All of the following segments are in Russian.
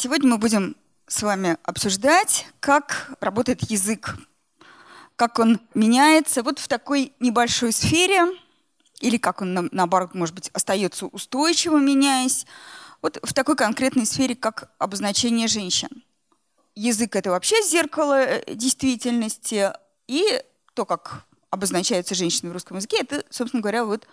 Сегодня мы будем с вами обсуждать, как работает язык, как он меняется вот в такой небольшой сфере, или как он, наоборот, может быть, остается устойчиво, меняясь, вот в такой конкретной сфере, как обозначение женщин. Язык – это вообще зеркало действительности, и то, как обозначаются женщины в русском языке, это, собственно говоря, вот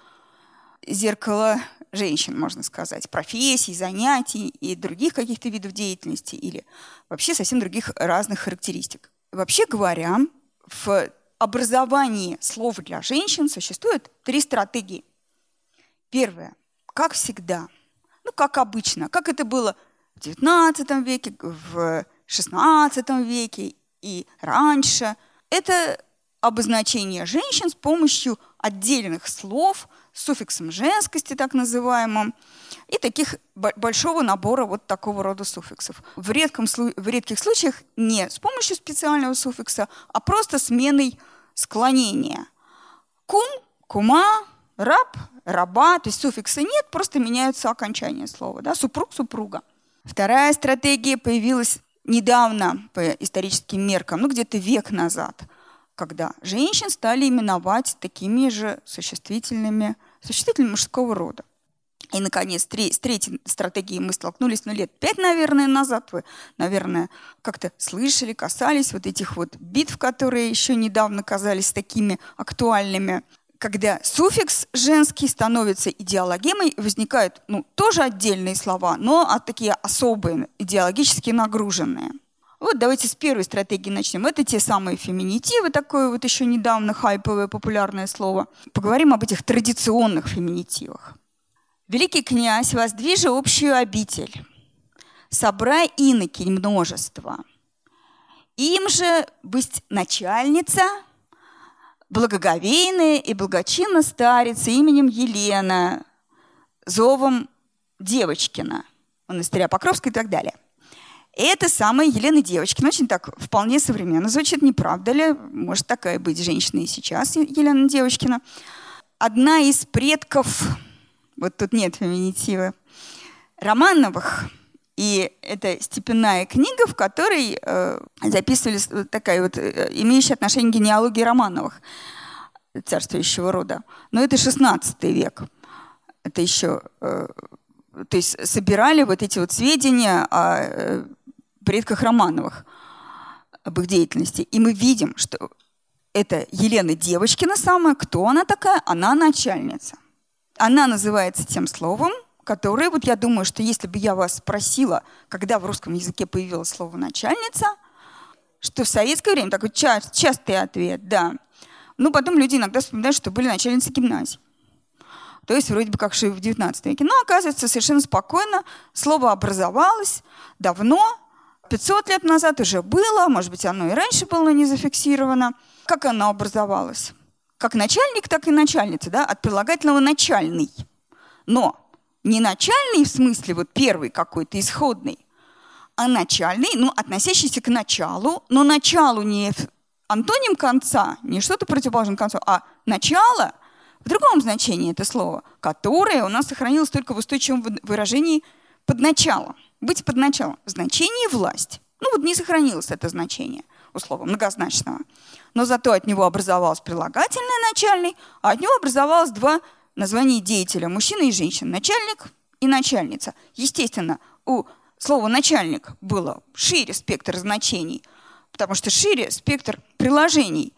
зеркало женщин, можно сказать, профессий, занятий и других каких-то видов деятельности или вообще совсем других разных характеристик. Вообще говоря, в образовании слова для женщин существует 3 стратегии. Первая, как всегда, как обычно, как это было в XIX веке, в XVI веке и раньше, это обозначение женщин с помощью отдельных слов, с суффиксом женскости, так называемым, и таких большого набора вот такого рода суффиксов. В редких случаях не с помощью специального суффикса, а просто сменой склонения. Кум, кума, раб, раба, то есть суффикса нет, просто меняются окончания слова. Да? Супруг, супруга. Вторая стратегия появилась недавно по историческим меркам, где-то век назад, когда женщин стали именовать такими же существительными мужского рода. И, наконец, с третьей стратегией мы столкнулись лет 5, наверное, назад. Вы, наверное, как-то слышали, касались вот этих вот битв, которые еще недавно казались такими актуальными. Когда суффикс женский становится идеологемой, возникают тоже отдельные слова, но такие особые, идеологически нагруженные. Вот давайте с первой стратегии начнем. Это те самые феминитивы, такое вот еще недавно хайповое популярное слово. Поговорим об этих традиционных феминитивах. «Великий князь, воздвижи общую обитель, собрай инокинь множество. Им же быть начальница, благоговейная и благочинна старица именем Елена, зовом Девочкина, монастыря Покровской и так далее». Это самая Елена Девочкина. Очень так вполне современно звучит, не правда ли? Может такая быть женщина и сейчас, Елена Девочкина. Одна из предков, вот тут нет феминитива, Романовых. И это степенная книга, в которой записывались такая вот имеющая отношение к генеалогии Романовых, царствующего рода. Но это 16 век. Это еще... То есть собирали вот эти вот сведения о предках Романовых, об их деятельности. И мы видим, что это Елена Девочкина самая. Кто она такая? Она начальница. Она называется тем словом, которое, вот я думаю, что если бы я вас спросила, когда в русском языке появилось слово «начальница», что в советское время, такой частый ответ, да. Потом люди иногда вспоминают, что были начальницы гимназий. То есть вроде бы как в XIX веке. Но оказывается, совершенно спокойно слово образовалось давно, 500 лет назад уже было, может быть, оно и раньше было не зафиксировано. Как оно образовалось? Как начальник, так и начальница, да? От прилагательного «начальный». Но не начальный в смысле вот первый какой-то, исходный, а начальный, относящийся к началу, но началу не антоним конца, не что-то противоположное концу, а начало – в другом значении это слово, которое у нас сохранилось только в устойчивом выражении «под началом». Быть под началом. В значении «власть». Не сохранилось это значение у слова многозначного. Но зато от него образовалось прилагательное «начальный», а от него образовалось 2 названия деятеля – мужчина и женщина. Начальник и начальница. Естественно, у слова «начальник» было шире спектр значений, потому что шире спектр приложений,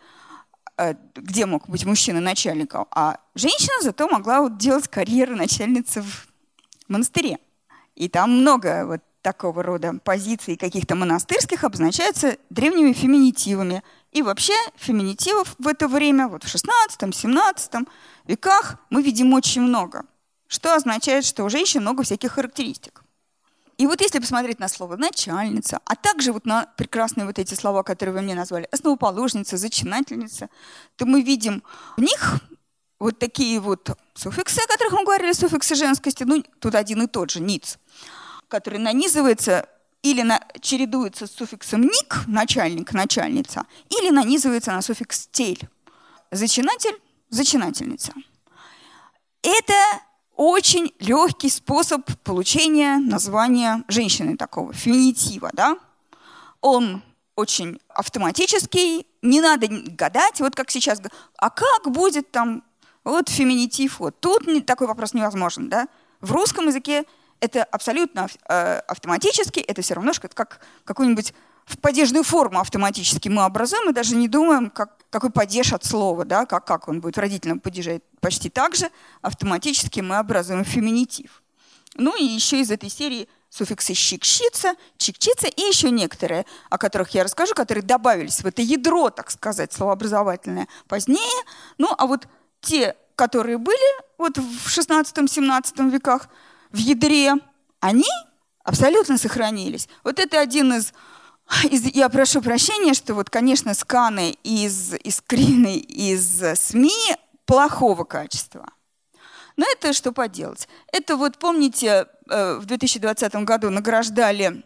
где мог быть мужчина начальником, а женщина зато могла делать карьеру начальницы в монастыре. И там много вот такого рода позиций каких-то монастырских обозначаются древними феминитивами. И вообще феминитивов в это время, вот в XVI-XVII веках, мы видим очень много, что означает, что у женщин много всяких характеристик. И вот если посмотреть на слово «начальница», а также вот на прекрасные вот эти слова, которые вы мне назвали, основоположница, зачинательница, то мы видим в них вот такие вот суффиксы, о которых мы говорили, суффиксы женскости, тут один и тот же, «ниц», который нанизывается или чередуется с суффиксом «ник», начальник, начальница, или нанизывается на суффикс «тель», зачинатель, зачинательница. Это очень легкий способ получения названия женщины такого, феминитива, да? Он очень автоматический, не надо гадать, вот как сейчас, а как будет там вот феминитив, вот тут такой вопрос невозможен, да? В русском языке это абсолютно автоматически, это все равно, что как какую-нибудь падежную форму автоматически мы образуем, и даже не думаем, какой падеж от слова, да, как он будет в родительном падеже. Почти так же автоматически мы образуем феминитив. Ну и еще из этой серии суффиксы «щикщица», «чикчица» и еще некоторые, о которых я расскажу, которые добавились в это ядро, так сказать, словообразовательное позднее. Ну а вот те, которые были вот в XVI-XVII веках в ядре, они абсолютно сохранились. Вот это один из я прошу прощения, что вот, конечно, сканы из скрины, из СМИ плохого качества. Но это что поделать. Это вот, помните, в 2020 году награждали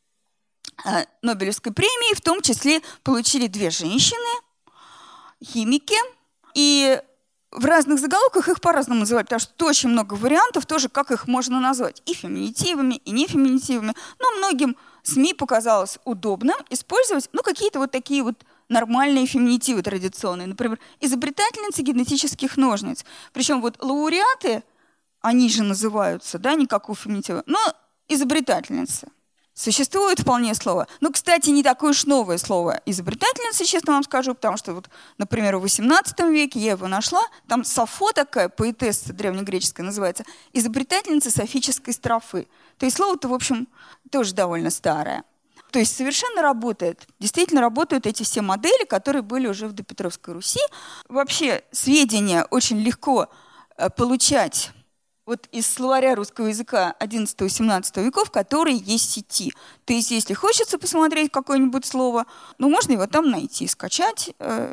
Нобелевской премией, в том числе получили 2 женщины, химики, и в разных заголовках их по-разному называют, потому что очень много вариантов тоже, как их можно назвать. И феминитивами, и нефеминитивами. Но многим СМИ показалось удобным использовать какие-то вот такие вот нормальные феминитивы традиционные. Например, изобретательница генетических ножниц. Причем вот лауреаты, они же называются, да, никакого феминитива, но изобретательница. Существует вполне слово. Ну, кстати, не такое уж новое слово изобретательница, честно вам скажу, потому что, вот, например, в XVIII веке я его нашла, там Сафо такая, поэтесса древнегреческая называется, изобретательница софической строфы. То есть слово-то, в общем, тоже довольно старое. То есть совершенно работает, действительно работают эти все модели, которые были уже в допетровской Руси. Вообще сведения очень легко получать вот из словаря русского языка XI-XVII веков, которые есть в сети. То есть, если хочется посмотреть какое-нибудь слово, можно его там найти, скачать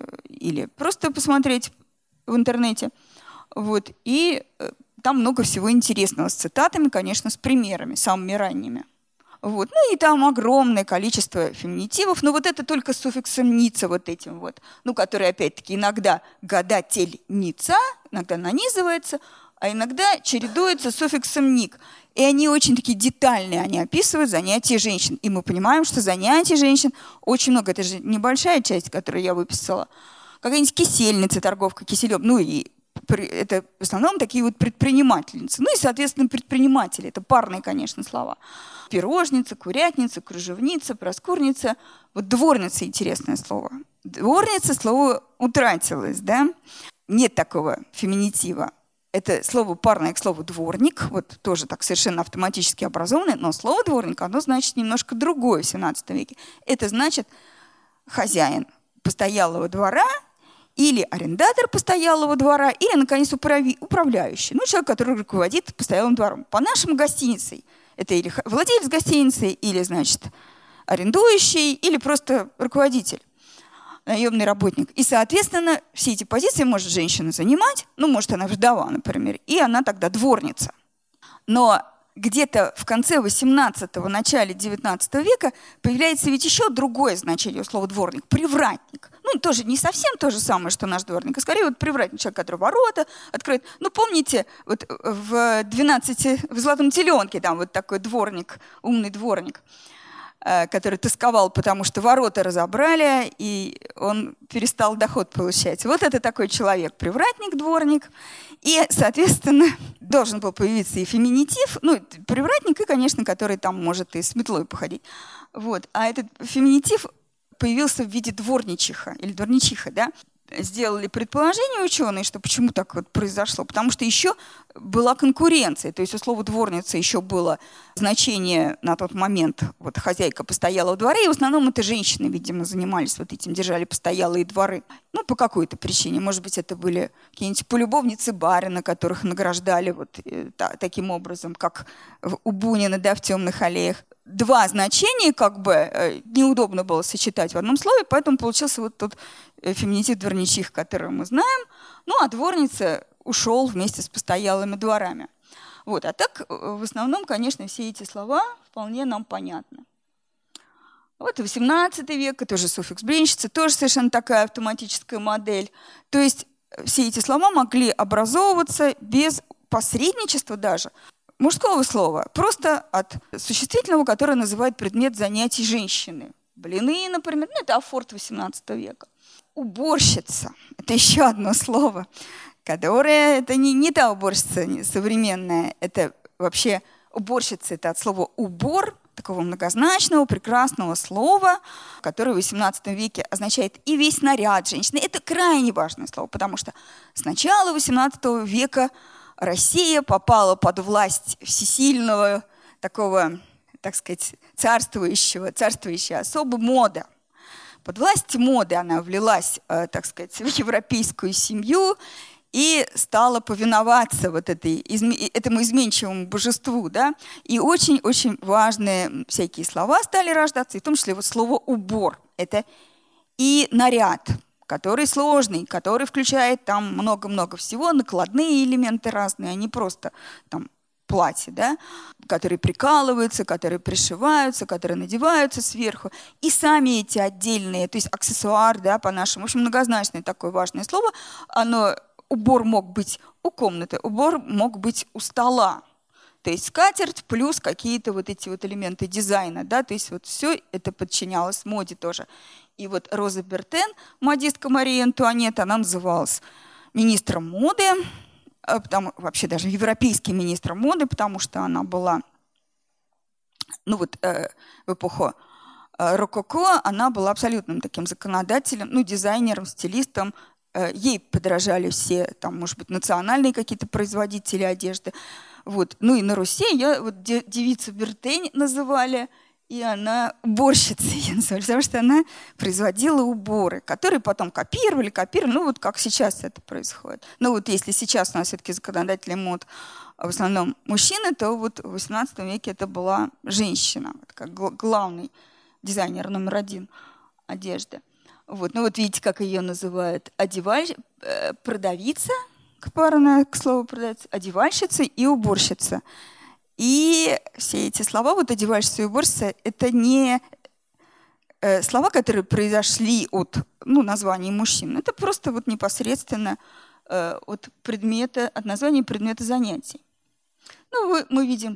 или просто посмотреть в интернете. Вот. И там много всего интересного с цитатами, конечно, с примерами, самыми ранними. Вот. Ну и там огромное количество феминитивов, но вот это только с суффиксом «ница» вот этим вот, который опять-таки иногда гадательница, иногда нанизывается, а иногда чередуется с суффиксом «ник». И они очень такие детальные, они описывают занятия женщин. И мы понимаем, что занятий женщин очень много. Это же небольшая часть, которую я выписала. Какая-нибудь кисельница, торговка киселем. И это в основном такие вот предпринимательницы. Ну и, соответственно, предприниматели. Это парные, конечно, слова. Пирожница, курятница, кружевница, проскурница. Вот дворница — интересное слово. Дворница — слово утратилось, да? Нет такого феминитива. Это слово парное к слову «дворник», вот тоже так совершенно автоматически образованное, но слово «дворник», оно значит немножко другое в XVII веке. Это значит хозяин постоялого двора или арендатор постоялого двора, или, наконец, управляющий. Человек, который руководит постоялым двором. По-нашему гостиницей. Это или владелец гостиницы, или, значит, арендующий, или просто руководитель. Наемный работник. И, соответственно, все эти позиции может женщина занимать, может, она вдова, например, и она тогда дворница. Но где-то в конце XVIII, начале XIX века появляется ведь еще другое значение у слова «дворник» – привратник. Тоже не совсем то же самое, что наш дворник, а скорее вот привратник, человек, который ворота откроет. Помните, вот в «Золотом теленке» там вот такой дворник, умный дворник, который тосковал, потому что ворота разобрали, и он перестал доход получать. Вот это такой человек, привратник, дворник. И, соответственно, должен был появиться и феминитив, привратник, и, конечно, который там может и с метлой походить. Вот. А этот феминитив появился в виде дворничиха или дворничиха, да? Сделали предположение ученые, что почему так вот произошло. Потому что еще была конкуренция. То есть у слова «дворница» еще было значение на тот момент вот хозяйка постоялого двора. И в основном это женщины, видимо, занимались вот этим, держали постоялые дворы. По какой-то причине. Может быть, это были какие-нибудь полюбовницы барина, которых награждали вот таким образом, как у Бунина, да, в «Темных аллеях». 2 значения неудобно было сочетать в одном слове, поэтому получился вот тот феминитив дворничих, который мы знаем. А дворница ушел вместе с постоялыми дворами. Вот. А так, в основном, конечно, все эти слова вполне нам понятны. Вот XVIII век, это уже суффикс «бренщица», тоже совершенно такая автоматическая модель. То есть все эти слова могли образовываться без посредничество даже мужского слова, просто от существительного, которое называет предмет занятий женщины. Блины, например, это афорт XVIII века. Уборщица – это еще одно слово, которое, это не та уборщица современная, это вообще уборщица – это от слова «убор», такого многозначного, прекрасного слова, которое в XVIII веке означает и весь наряд женщины. Это крайне важное слово, потому что с начала XVIII века Россия попала под власть всесильного, такого, так сказать, царствующей особы мода. Под власть моды она влилась, так сказать, в европейскую семью и стала повиноваться этому изменчивому божеству. Да? И очень-очень важные всякие слова стали рождаться, и в том числе вот слово «убор». Это и наряд, который сложный, который включает там много-много всего, накладные элементы разные, а не просто там платья, да? Которые прикалываются, которые пришиваются, которые надеваются сверху. И сами эти отдельные, то есть аксессуар, да, по-нашему, в общем, многозначное такое важное слово, убор мог быть у комнаты, убор мог быть у стола. То есть скатерть плюс какие-то вот эти вот элементы дизайна, да, то есть вот все это подчинялось моде тоже. И вот Роза Бертен, модистка Мария Антуанетта, она называлась министром моды, вообще даже европейским министром моды, потому что она была, в эпоху рококо, она была абсолютным таким законодателем, дизайнером, стилистом. Ей подражали все, там, может быть, национальные какие-то производители одежды. Вот. Ну и на Руси ее девицу Бертень называли, и она уборщицей ее называли, потому что она производила уборы, которые потом копировали, вот как сейчас это происходит. Но вот если сейчас у нас все-таки законодатели мод в основном мужчины, то вот в XVIII веке это была женщина, как главный дизайнер номер 1 одежды. Вот. Видите, как ее называют продавица, парное к слову продавица, одевальщица и уборщица. И все эти слова, одевальщица и уборщица, это не слова, которые произошли от названий мужчин. Это просто непосредственно от названия предмета занятий. Мы видим,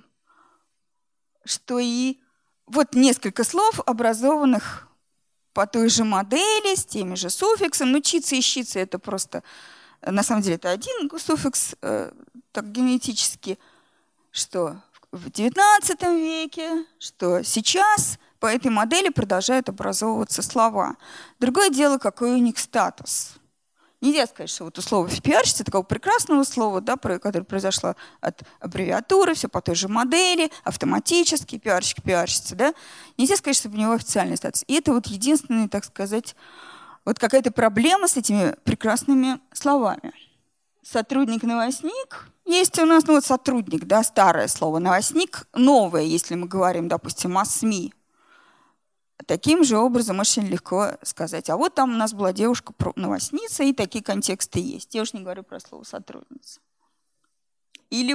что и несколько слов, образованных по той же модели, с теми же суффиксами. Чица и щица – это просто, на самом деле, это один суффикс, так генетически, что в XIX веке, что сейчас по этой модели продолжают образовываться слова. Другое дело, какой у них статус. Нельзя сказать, что у слова пиарщица, такого прекрасного слова, да, которое произошло от аббревиатуры, все по той же модели, автоматически, пиарщик, пиарщица, да. Нельзя сказать, что у него официальный статус. И это единственная, так сказать, какая-то проблема с этими прекрасными словами. Сотрудник-новостник. Есть у нас, сотрудник, да, старое слово. Новостник новое, если мы говорим, допустим, о СМИ. Таким же образом очень легко сказать. А там у нас была девушка-новостница, и такие контексты есть. Я уж не говорю про слово «сотрудница». Или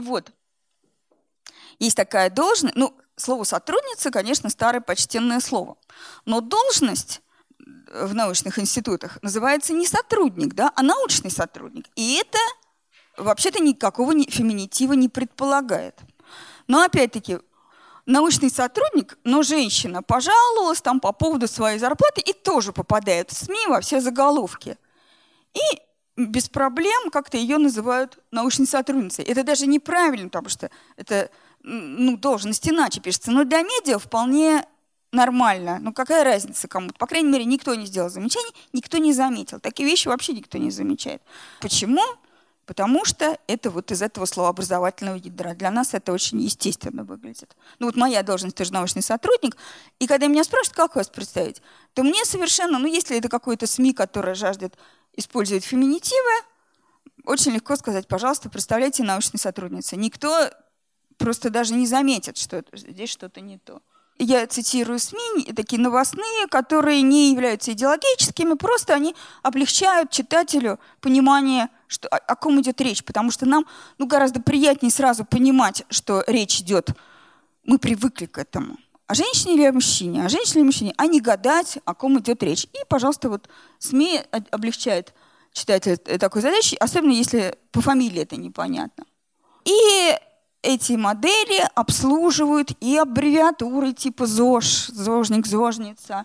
есть такая должность. Слово «сотрудница», конечно, старое почтенное слово. Но должность в научных институтах называется не сотрудник, да, а научный сотрудник. И это вообще-то никакого феминитива не предполагает. Но опять-таки, научный сотрудник, но женщина пожаловалась там по поводу своей зарплаты и тоже попадает в СМИ во все заголовки. И без проблем как-то ее называют научной сотрудницей. Это даже неправильно, потому что это должность иначе пишется. Но для медиа вполне нормально. Какая разница кому-то? По крайней мере, никто не сделал замечаний, никто не заметил. Такие вещи вообще никто не замечает. Почему? Потому что это из этого словообразовательного ядра. Для нас это очень естественно выглядит. Моя должность тоже научный сотрудник. И когда меня спрашивают, как вас представить, то мне совершенно, если это какое-то СМИ, которое жаждет использовать феминитивы, очень легко сказать, пожалуйста, представляйте научной сотрудницей. Никто просто даже не заметит, что здесь что-то не то. Я цитирую СМИ, такие новостные, которые не являются идеологическими, просто они облегчают читателю понимание, о ком идет речь, потому что нам гораздо приятнее сразу понимать, что речь идет, мы привыкли к этому. О женщине или о мужчине, а не гадать, о ком идет речь. И, пожалуйста, СМИ облегчают читателю такой задачи, особенно если по фамилии это непонятно. И эти модели обслуживают и аббревиатуры типа ЗОЖ, зожник, зожница,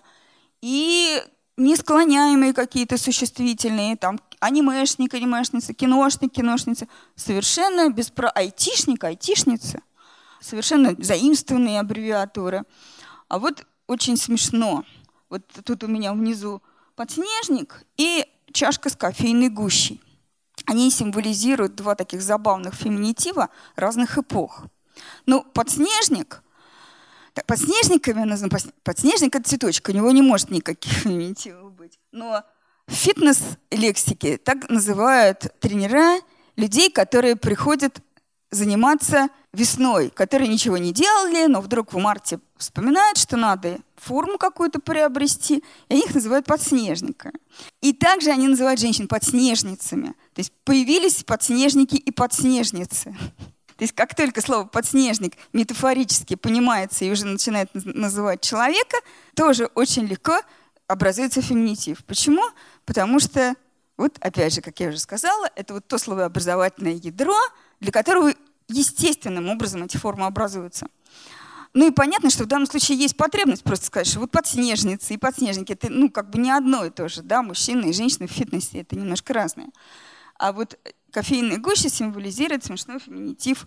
и несклоняемые какие-то существительные, там анимешник, анимешница, киношник, киношница, совершенно айтишник, айтишница, совершенно заимствованные аббревиатуры. А вот очень смешно. Вот тут у меня внизу подснежник и чашка с кофейной гущей. Они символизируют два таких забавных феминитива разных эпох. Ну, подснежник, подснежниками называют, подснежник – это цветочек, у него не может никаких феминитивов быть. Но в фитнес-лексике так называют тренера людей, которые приходят заниматься весной, которые ничего не делали, но вдруг в марте вспоминают, что надо форму какую-то приобрести, и они их называют подснежниками. И также они называют женщин подснежницами. То есть появились подснежники и подснежницы. То есть как только слово «подснежник» метафорически понимается и уже начинает называть человека, тоже очень легко образуется феминитив. Почему? Потому что, вот опять же, как я уже сказала, это вот то словообразовательное ядро, для которого естественным образом эти формы образуются. Ну и понятно, что в данном случае есть потребность просто сказать, что вот подснежницы и подснежники – это как бы не одно и то же. Да? Мужчины и женщины в фитнесе – это немножко разное. А вот кофейная гуща символизирует смешной феминитив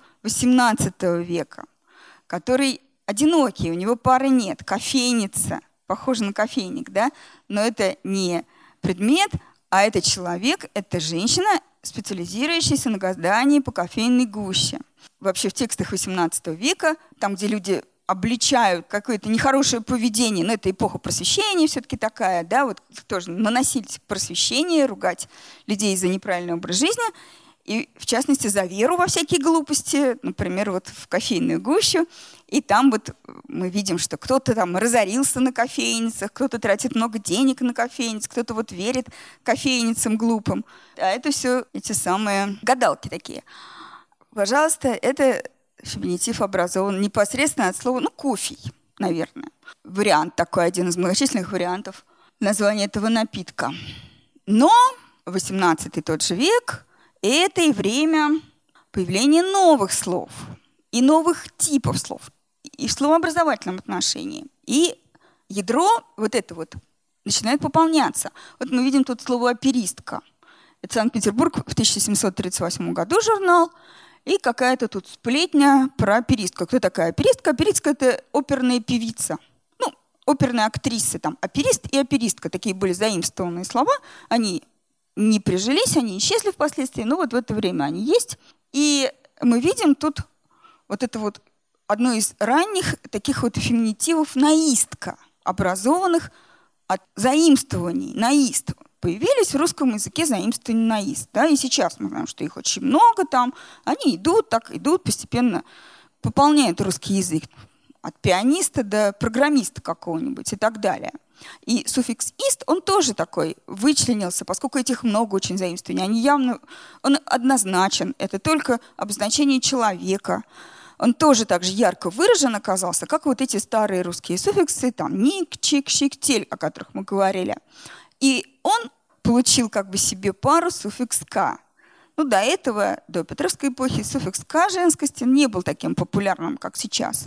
XVIII века, который одинокий, у него пары нет. Кофейница, похоже на кофейник, да? Но это не предмет, а это человек, это женщина, специализирующаяся на гадании по кофейной гуще. Вообще в текстах XVIII века, там, где люди обличают какое-то нехорошее поведение, но это эпоха просвещения все-таки такая, да, вот тоже наносить просвещение, ругать людей за неправильный образ жизни, и в частности за веру во всякие глупости, например, вот в кофейную гущу, и там вот мы видим, что кто-то там разорился на кофейницах, кто-то тратит много денег на кофейниц, кто-то вот верит кофейницам глупым, а это все эти самые гадалки такие. Пожалуйста, это феминитив образован непосредственно от слова, кофей, наверное. Вариант такой, один из многочисленных вариантов названия этого напитка. Но 18 тот же век – это и время появления новых слов и новых типов слов и в словообразовательном отношении. И ядро вот это вот начинает пополняться. Вот мы видим тут слово «оперистка». Это Санкт-Петербург в 1738 году журнал. И какая-то тут сплетня про оперистку. Кто такая оперистка? Оперистка – это оперная певица. Оперная актриса. Там оперист и оперистка. Такие были заимствованные слова. Они не прижились, они исчезли впоследствии. Но вот в это время они есть. И мы видим тут вот это вот одно из ранних таких вот феминитивов наистка, образованных от заимствований. Наист. Появились в русском языке заимствования наист. Да? И сейчас мы знаем, что их очень много там. Они идут, постепенно пополняют русский язык. От пианиста до программиста какого-нибудь и так далее. И суффикс «ист», он тоже такой вычленился, поскольку этих много очень заимствований. Они явно, он однозначен. Это только обозначение человека. Он тоже так же ярко выражен оказался, как вот эти старые русские суффиксы, там ник, чик, щик, тель, о которых мы говорили. И он получил как бы себе пару суффикс «ка». До этого, до Петровской эпохи, суффикс «ка» женскости не был таким популярным, как сейчас.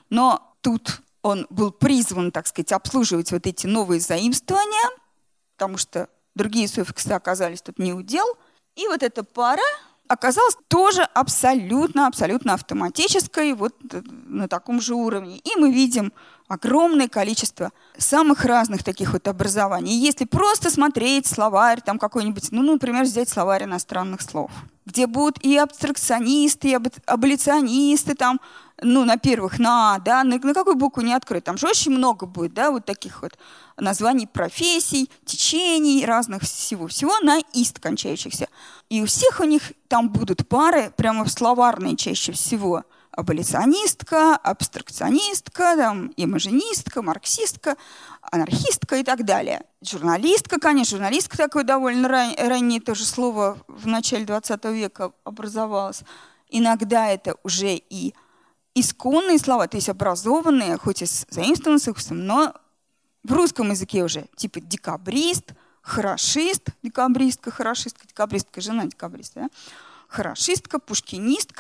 Но тут он был призван, так сказать, обслуживать вот эти новые заимствования, потому что другие суффиксы оказались тут не удел. И вот эта пара оказалась тоже абсолютно автоматической, вот на таком же уровне. И мы видим огромное количество самых разных таких вот образований. И если просто смотреть словарь там какой-нибудь, например, взять словарь иностранных слов, где будут и абстракционисты, и аболиционисты, там, на первых, на какую букву не открыть, там же очень много будет, да, вот таких вот названий профессий, течений, разных всего на «ист» кончающихся. И у всех у них там будут пары, прямо словарные чаще всего. Аболиционистка, абстракционистка, там, имажинистка, марксистка, анархистка и так далее. Журналистка, конечно, журналистка такое довольно раннее тоже слово в начале 20 века образовалось. Иногда это уже и исконные слова, то есть образованные, хоть и с заимствованным суффиксом, но в русском языке уже типа декабрист, хорошист, декабристка, хорошистка, декабристка, жена декабриста, да? Хорошистка, пушкинистка,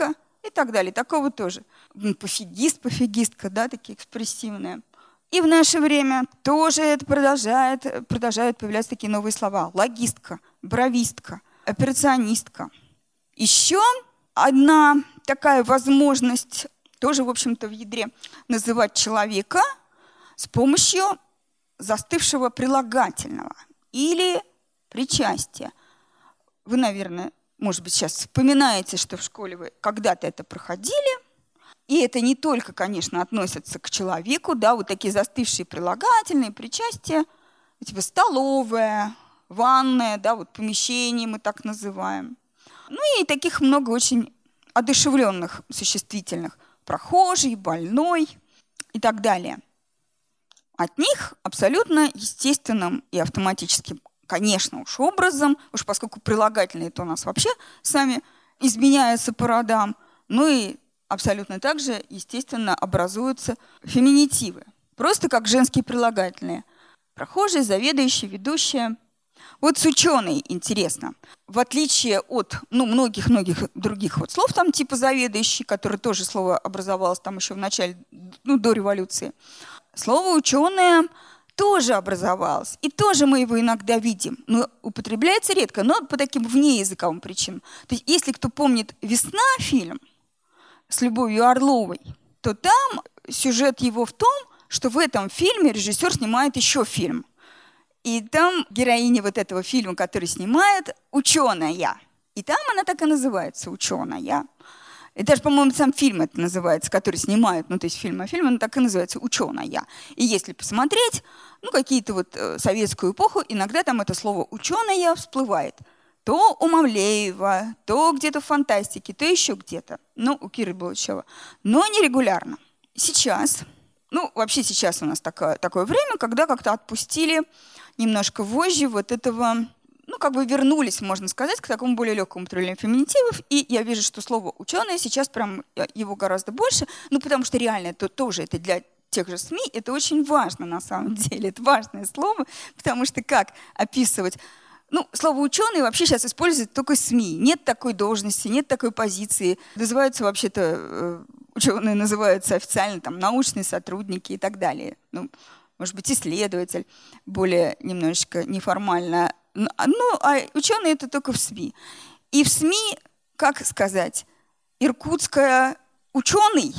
и так далее. Такого тоже. Пофигист, пофигистка, да, такие экспрессивные. И в наше время тоже это продолжают появляться такие новые слова. Логистка, бровистка, операционистка. Еще одна такая возможность тоже, в общем-то, в ядре называть человека с помощью застывшего прилагательного или причастия. Вы, наверное, может быть, сейчас вспоминаете, что в школе вы когда-то это проходили. И это не только, конечно, относится к человеку, да, вот такие застывшие прилагательные причастия, типа столовая, ванная, да, вот помещение мы так называем. Ну и таких много очень одушевленных существительных. Прохожий, больной и так далее. От них абсолютно естественным и автоматическим, конечно уж, образом, уж поскольку прилагательные то у нас вообще сами изменяются по родам, ну и абсолютно так же, естественно, образуются феминитивы. Просто как женские прилагательные. Прохожий, заведующий, ведущая. Вот с ученой интересно. В отличие от многих-многих других вот слов, там типа заведующий, которое тоже слово образовалось там еще в начале, до революции, слово ученая тоже образовалось. И тоже мы его иногда видим. Но употребляется редко, но по таким внеязыковым причинам. То есть если кто помнит «Весна» фильм с Любовью Орловой, то там сюжет его в том, что в этом фильме режиссер снимает еще фильм. И там героиня вот этого фильма, который снимает, ученая. И там она так и называется, ученая. И даже, по-моему, сам фильм это называется, который снимают, то есть фильм, он так и называется, ученая. И если посмотреть, какие-то вот советскую эпоху, иногда там это слово ученая всплывает. То у Мавлеева, то где-то в фантастике, то еще где-то. У Киры Булычева. Но нерегулярно. Сейчас, вообще сейчас у нас такое время, когда как-то отпустили немножко вожжи вот этого, вернулись, можно сказать, к такому более легкому употреблению феминитивов. И я вижу, что слово «ученые» сейчас прям его гораздо больше, потому что реально это тоже это для тех же СМИ, это очень важно на самом деле, это важное слово, потому что как описывать... слово «ученый» вообще сейчас используют только СМИ. Нет такой должности, нет такой позиции. Называются вообще-то, ученые называются официально там научные сотрудники и так далее. Может быть, исследователь, более немножечко неформально. А ученые это только в СМИ. И в СМИ, как сказать, иркутская ученый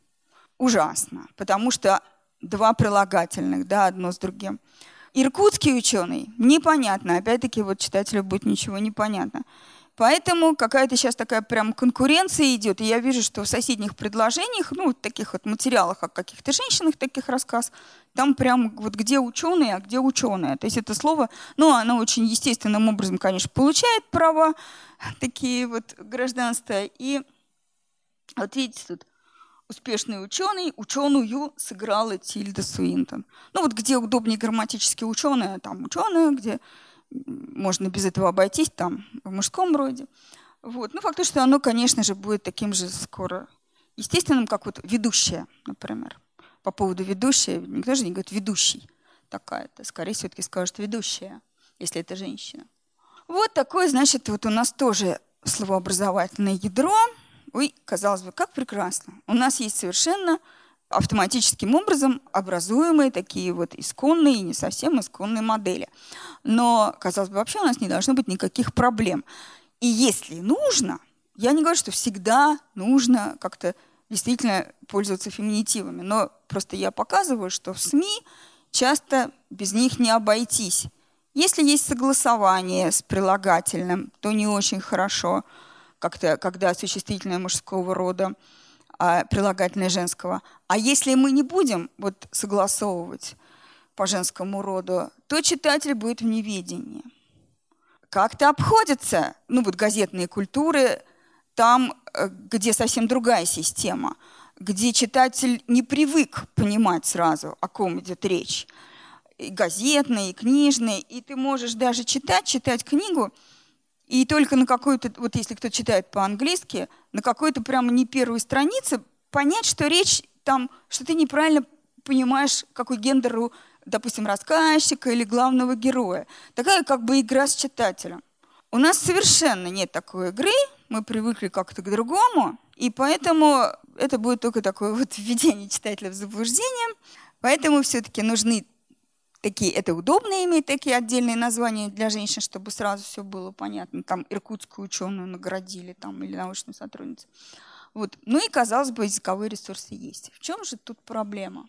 ужасно, потому что два прилагательных, да, одно с другим. Иркутский ученый непонятно. Опять-таки, вот читателю будет ничего не понятно. Поэтому какая-то сейчас такая прям конкуренция идет. И я вижу, что в соседних предложениях, таких вот материалах о каких-то женщинах, таких рассказ, там прям вот где ученые, а где ученые. То есть это слово, оно очень естественным образом, конечно, получает права, такие вот гражданства. И вот видите тут, успешный ученый, ученую сыграла Тильда Суинтон. Где удобнее грамматически ученая, там ученая, где можно без этого обойтись, там в мужском роде. Факт то, что оно, конечно же, будет таким же скоро естественным, как вот ведущая, например. По поводу ведущей, никто же не говорит ведущий такая-то. Скорее все-таки скажут ведущая, если это женщина. Вот такое, значит, вот у нас тоже словообразовательное ядро. Ой, казалось бы, как прекрасно. У нас есть совершенно автоматическим образом образуемые такие вот исконные и не совсем исконные модели. Но, казалось бы, вообще у нас не должно быть никаких проблем. И если нужно, я не говорю, что всегда нужно как-то действительно пользоваться феминитивами, но просто я показываю, что в СМИ часто без них не обойтись. Если есть согласование с прилагательным, то не очень хорошо, как-то, когда существительное мужского рода, а прилагательное женского. А если мы не будем согласовывать по женскому роду, то читатель будет в неведении. Как-то обходятся газетные культуры там, где совсем другая система, где читатель не привык понимать сразу, о ком идет речь. И газетные, и книжные. И ты можешь даже читать книгу, и только на какой-то, если кто читает по-английски, на какой-то прямо не первой странице понять, что речь там, что ты неправильно понимаешь, какой гендер у, допустим, рассказчика или главного героя. Такая как бы игра с читателем. У нас совершенно нет такой игры, мы привыкли как-то к другому, и поэтому это будет только такое вот введение читателя в заблуждение. Поэтому все-таки нужны такие, это удобно иметь такие отдельные названия для женщин, чтобы сразу все было понятно. Там иркутскую ученую наградили там, или научную сотрудницу. Вот. Ну и, казалось бы, языковые ресурсы есть. В чем же тут проблема?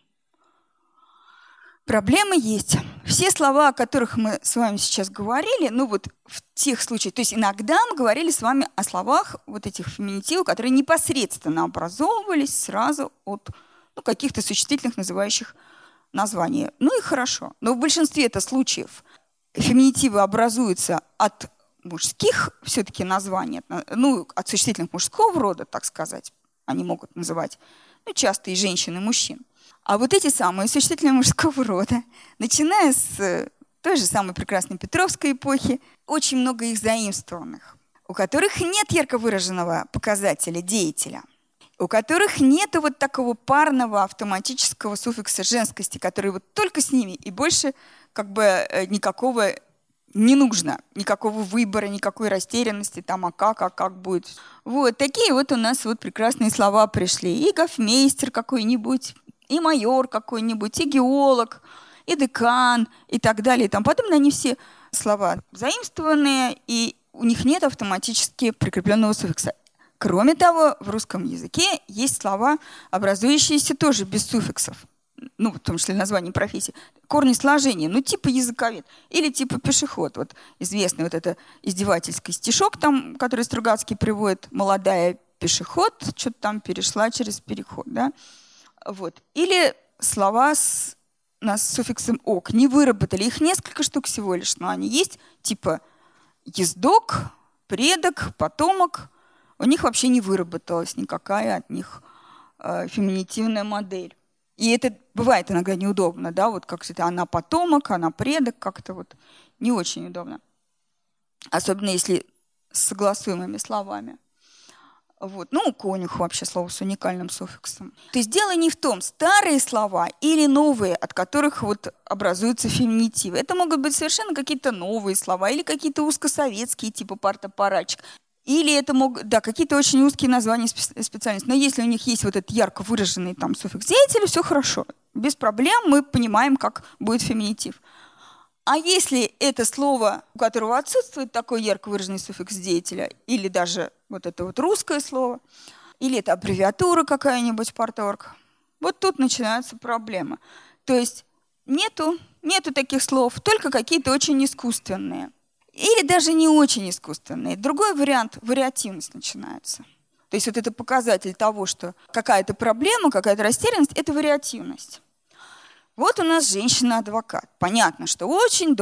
Проблемы есть. Все слова, о которых мы с вами сейчас говорили, ну вот в тех случаях, то есть иногда мы говорили с вами о словах вот этих феминитивов, которые непосредственно образовывались сразу от каких-то существительных, называющих названия. Ну и хорошо. Но в большинстве это случаев феминитивы образуются от мужских все-таки названий, ну, от существительных мужского рода, так сказать. Они могут называть, ну, часто и женщин, и мужчин. А вот эти самые существительные мужского рода, начиная с той же самой прекрасной Петровской эпохи, очень много их заимствованных, у которых нет ярко выраженного показателя деятеля, у которых нет вот такого парного автоматического суффикса женскости, который вот только с ними, и больше как бы никакого не нужно, никакого выбора, никакой растерянности, там, а как будет. Вот такие вот у нас вот прекрасные слова пришли. И гофмейстер какой-нибудь, и майор какой-нибудь, и геолог, и декан, и так далее. И там подобное. Они все слова заимствованные, и у них нет автоматически прикрепленного суффикса. Кроме того, в русском языке есть слова, образующиеся тоже без суффиксов. Ну, в том числе название профессии. Корни сложения, ну, типа языковед или типа пешеход. Вот известный вот это издевательский стишок, там, который Стругацкий приводит, молодая пешеход, что-то там перешла через переход, да. Вот. Или слова с суффиксом «ок» не выработали. Их несколько штук всего лишь, но они есть, типа ездок, предок, потомок. У них вообще не выработалась никакая от них феминитивная модель. И это бывает иногда неудобно, да, вот как это она потомок, она предок, как-то вот не очень удобно. Особенно если с согласуемыми словами. Вот. Ну, конюх вообще слово с уникальным суффиксом. То есть дело не в том, старые слова или новые, от которых вот образуются феминитивы. Это могут быть совершенно какие-то новые слова или какие-то узкосоветские, типа парт-аппаратчик. Или это могут, да, какие-то очень узкие названия специальностей. Но если у них есть вот этот ярко выраженный там суффикс деятеля, все хорошо. Без проблем мы понимаем, как будет феминитив. А если это слово, у которого отсутствует такой ярко выраженный суффикс деятеля, или даже вот это вот русское слово, или это аббревиатура какая-нибудь, парторг, вот тут начинаются проблемы. То есть нету таких слов, только какие-то очень искусственные. Или даже не очень искусственные. Другой вариант – вариативность начинается. То есть вот это показатель того, что какая-то проблема, какая-то растерянность – это вариативность. Вот у нас женщина-адвокат. Понятно, что очень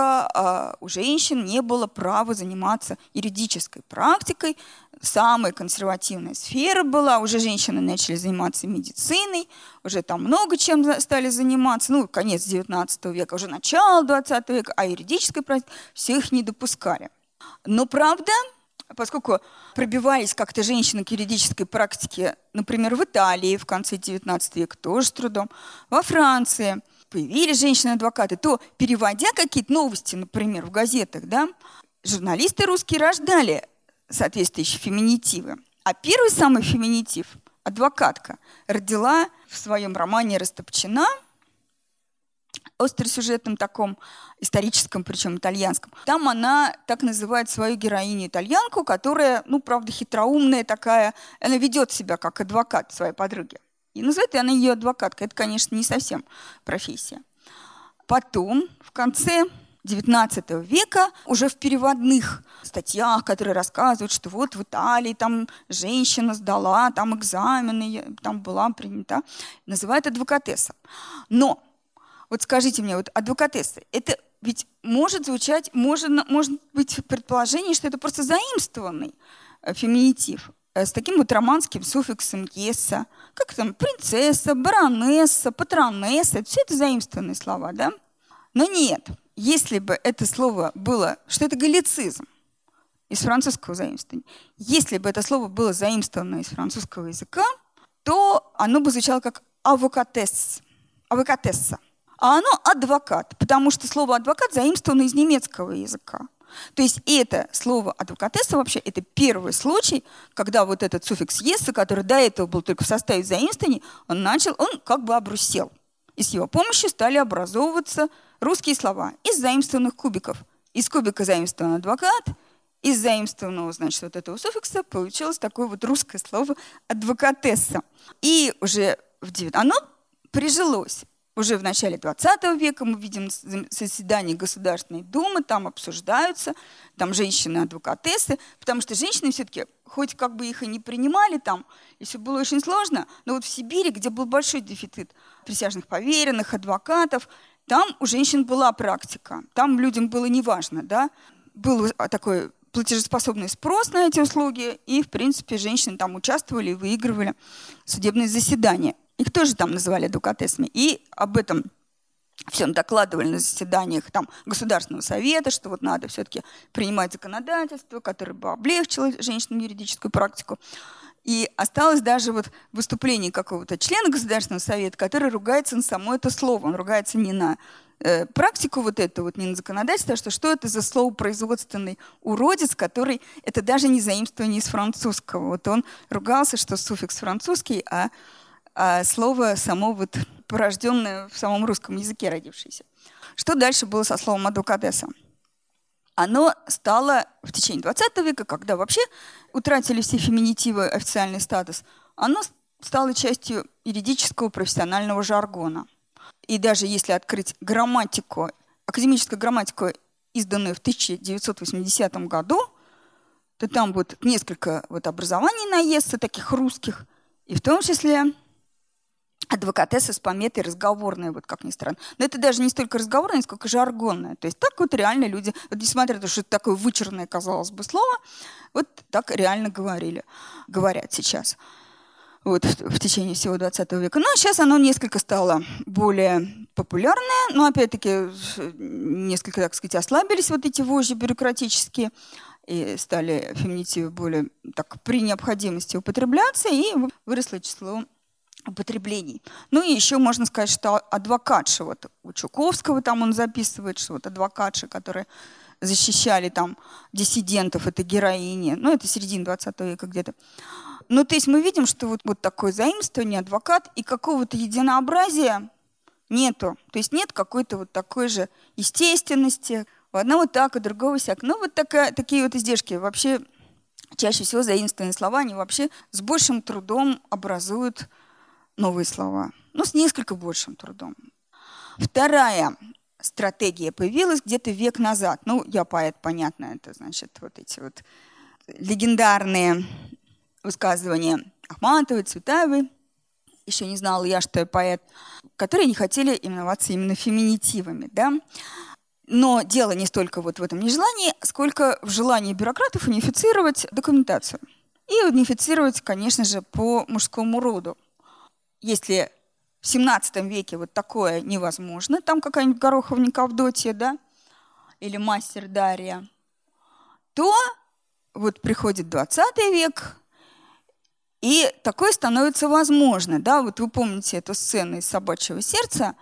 долго у женщин не было права заниматься юридической практикой. Самая консервативная сфера была. Уже женщины начали заниматься медициной, уже там много чем стали заниматься. Ну, конец XIX века, уже начало XX века, а юридической практики все их не допускали. Но правда, поскольку пробивались как-то женщины к юридической практике, например, в Италии в конце XIX века тоже с трудом, во Франции появились женщины-адвокаты, то, переводя какие-то новости, например, в газетах, да, журналисты русские рождали соответствующие феминитивы. А первый самый феминитив, адвокатка, родила в своем романе «Растопчена», остросюжетном таком, историческом, причем итальянском. Там она так называет свою героиню-итальянку, которая, ну, правда, хитроумная такая, она ведет себя как адвокат своей подруги. И называет она ее адвокаткой. Это, конечно, не совсем профессия. Потом, в конце XIX века, уже в переводных статьях, которые рассказывают, что вот в Италии там женщина сдала, там экзамены, там была принята, называют адвокатесса. Но вот скажите мне, вот адвокатесса, это ведь может звучать, может быть предположение, что это просто заимствованный феминитив с таким вот романским суффиксом «есса», как там принцесса, баронесса, патронесса, все это заимствованные слова, да? Но нет, если бы это слово было, что это галлицизм из французского заимствования, если бы это слово было заимствовано из французского языка, то оно бы звучало как авокатесса. А оно адвокат, потому что слово адвокат заимствовано из немецкого языка. То есть это слово адвокатесса вообще это первый случай, когда вот этот суффикс «есса», который до этого был только в составе заимствований, он как бы обрусел. И с его помощью стали образовываться русские слова из заимствованных кубиков. Из кубика заимствован адвокат, из заимствованного, значит, вот этого суффикса получилось такое вот русское слово адвокатесса. И уже оно прижилось. Уже в начале 20 века мы видим заседания Государственной Думы, там обсуждаются, там женщины-адвокатессы, потому что женщины все-таки, хоть как бы их и не принимали там, и все было очень сложно, но вот в Сибири, где был большой дефицит присяжных поверенных, адвокатов, там у женщин была практика, там людям было неважно, да, был такой платежеспособный спрос на эти услуги, и, в принципе, женщины там участвовали и выигрывали судебные заседания. Их тоже там называли адвокатессами. И об этом все докладывали на заседаниях там, Государственного совета, что вот надо все-таки принимать законодательство, которое бы облегчило женщинам юридическую практику. И осталось даже вот выступление какого-то члена Государственного совета, который ругается на само это слово. Он ругается не на практику вот эту, вот не на законодательство, а что это за слово производственный уродец, который это даже не заимствование из французского. Вот он ругался, что суффикс французский, а слово само вот порожденное в самом русском языке родившееся. Что дальше было со словом адвокатесса? Оно стало в течение 20 века, когда вообще утратили все феминитивы официальный статус, оно стало частью юридического профессионального жаргона. И даже если открыть грамматику, академическую грамматику, изданную в 1980 году, то там будет несколько вот образований на «есса», таких русских, и в том числе адвокатесса с пометой разговорная, вот как ни странно. Но это даже не столько разговорная, сколько жаргонная. То есть так вот реально люди, вот несмотря на то, что это такое вычурное, казалось бы, слово, вот так реально говорят сейчас. Вот в течение всего 20 века. Но сейчас оно несколько стало более популярное, но опять-таки несколько, так сказать, ослабились вот эти вожжи бюрократические, и стали феминитивы более так, при необходимости употребляться, и выросло число употреблений. Ну и еще можно сказать, что адвокатши, вот у Чуковского там он записывает, что вот адвокатши, которые защищали там диссидентов, это героини, ну это середина 20 века где-то. Ну то есть мы видим, что вот такое заимствование, адвокат, и какого-то единообразия нету. То есть нет какой-то вот такой же естественности, у одного так, у другого сяк. Ну вот такие вот издержки. Вообще чаще всего заимствованные слова, они вообще с большим трудом образуют новые слова. Ну, с несколько большим трудом. Вторая стратегия появилась где-то век назад. Ну, я поэт, понятно, это значит вот эти вот легендарные высказывания Ахматовой, Цветаевой. Еще не знала я, что я поэт, которые не хотели именоваться именно феминитивами, да. Но дело не столько вот в этом нежелании, сколько в желании бюрократов унифицировать документацию. И унифицировать, конечно же, по мужскому роду. Если в 17 веке вот такое невозможно, там какая-нибудь Гороховника Авдотья, да, или мастер Дарья, то вот приходит 20 век, и такое становится возможно. Да? Вот вы помните эту сцену из «Собачьего сердца».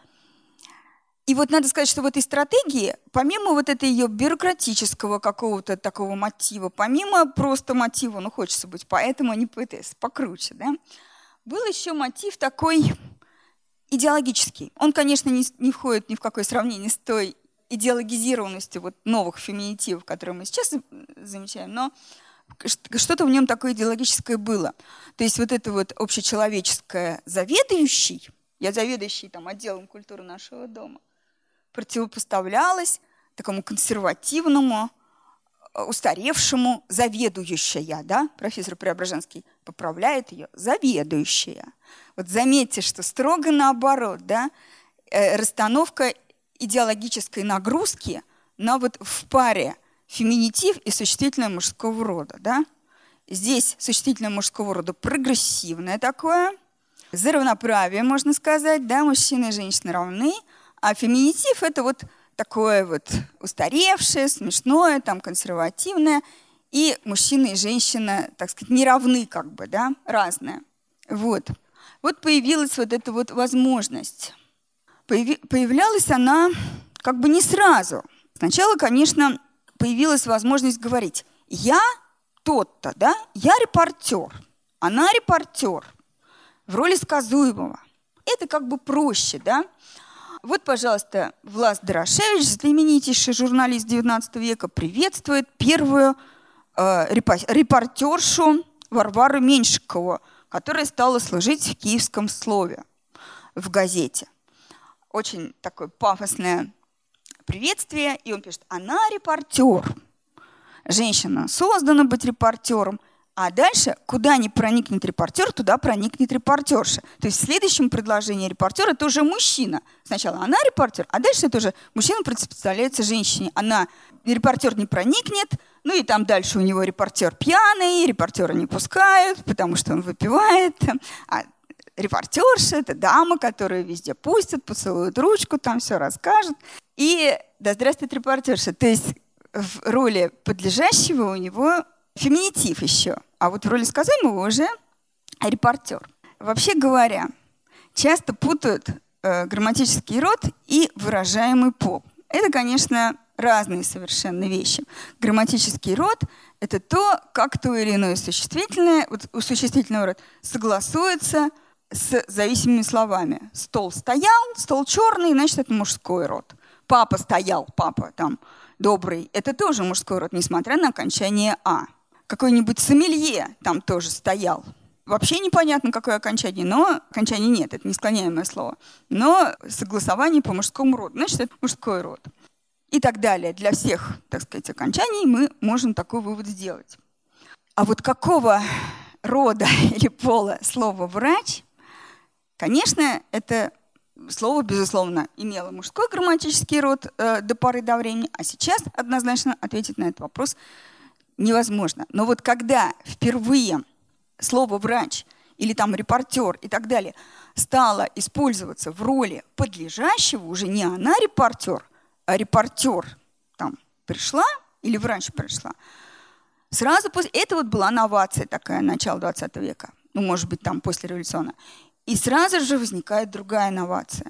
И вот надо сказать, что в этой стратегии, помимо вот этой ее бюрократического какого-то такого мотива, помимо просто мотива, ну хочется быть поэтом, а не поэтессой, покруче, да, был еще мотив такой идеологический. Он, конечно, не входит ни в какое сравнение с той идеологизированностью вот новых феминитивов, которые мы сейчас замечаем, но что-то в нем такое идеологическое было. То есть вот это вот общечеловеческое заведующий, я заведующий там, отделом культуры нашего дома, противопоставлялось такому консервативному, устаревшему заведующая, да? Профессор Преображенский поправляет ее, заведующая. Вот заметьте, что строго наоборот, да? Расстановка идеологической нагрузки на вот в паре феминитив и существительное мужского рода, да? Здесь существительное мужского рода прогрессивное такое, за равноправие, можно сказать, да, мужчины и женщины равны, а феминитив – это вот такое вот устаревшее, смешное, там, консервативное, и мужчина и женщина, так сказать, не равны как бы, да, разные. Вот. Вот появилась вот эта вот возможность. Появлялась она как бы не сразу. Сначала, конечно, появилась возможность говорить: я тот-то, да, я репортер, она репортер в роли сказуемого. Это как бы проще, да. Вот, пожалуйста, Влас Дорошевич, знаменитейший журналист XIX века, приветствует первую репортершу Варвару Меньшикову, которая стала служить в «Киевском слове» в газете. Очень такое пафосное приветствие, и он пишет: она репортер. Женщина создана быть репортером, а дальше, куда ни проникнет репортер, туда проникнет репортерша. То есть в следующем предложении репортер – это уже мужчина. Сначала она репортер, а дальше это уже мужчина представляется женщине. Репортер не проникнет, ну и там дальше у него репортер пьяный, репортера не пускают, потому что он выпивает. А репортерша – это дама, которую везде пустят, поцелуют ручку, там все расскажет. И да здравствует репортерша. То есть в роли подлежащего у него феминитив еще, а вот в роли сказуемого уже репортер. Вообще говоря, часто путают грамматический род и выражаемый пол. Это, конечно, разные совершенно вещи. Грамматический род – это то, как то или иное существительное, вот у существительного рода, согласуется с зависимыми словами. Стол стоял, стол черный, значит, это мужской род. Папа стоял, папа там добрый, это тоже мужской род, несмотря на окончание «а». Какой-нибудь сомелье там тоже стоял. Вообще непонятно, какое окончание, но окончания нет, это не склоняемое слово. Но согласование по мужскому роду, значит, это мужской род. И так далее. Для всех, так сказать, окончаний мы можем такой вывод сделать. А вот какого рода или пола слово «врач», конечно, это слово, безусловно, имело мужской грамматический род до поры до времени, а сейчас однозначно ответить на этот вопрос невозможно. Но вот когда впервые слово «врач» или там «репортер» и так далее стало использоваться в роли подлежащего, уже не она репортер, а репортер там пришла или врач пришла, сразу после этого была новация такая, начало 20 века, ну, может быть, там послереволюционная. И сразу же возникает другая новация.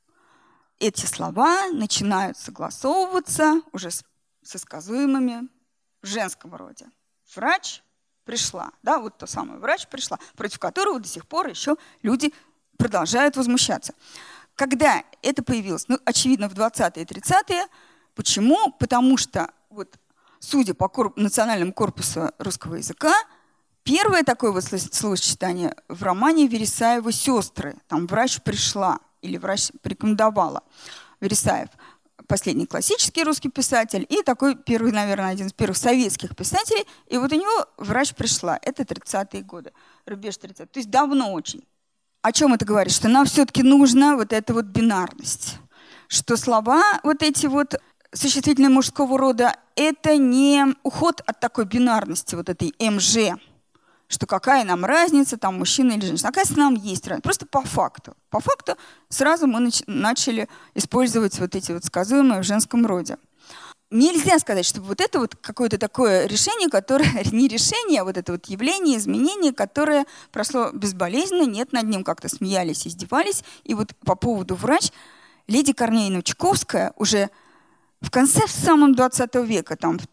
Эти слова начинают согласовываться уже со сказуемыми в женском роде. Врач пришла, да, вот то самое, врач пришла, против которого до сих пор еще люди продолжают возмущаться. Когда это появилось? Ну, очевидно, в 20-е и 30-е. Почему? Потому что, вот, судя по национальному корпусу русского языка, первое такое вот словосочетание в романе Вересаева «Сестры». Там «врач пришла» или «врач порекомендовала». Вересаев – последний классический русский писатель и такой первый, наверное, один из первых советских писателей. И вот у него «врач пришла». Это 30-е годы, рубеж 30-х. То есть давно очень. О чем это говорит? Что нам все-таки нужна вот эта вот бинарность. Что слова вот эти вот существительные мужского рода – это не уход от такой бинарности, вот этой МЖ. Что какая нам разница, там мужчина или женщина. Оказывается, нам есть разница. Просто по факту. По факту сразу мы начали использовать вот эти вот сказуемые в женском роде. Нельзя сказать, что вот это вот какое-то такое решение, которое не решение, а вот это вот явление, изменение, которое прошло безболезненно, нет, над ним как-то смеялись, издевались. И вот по поводу «врач» Лидия Корнеевна Чуковская уже в конце самого 20 века, там, в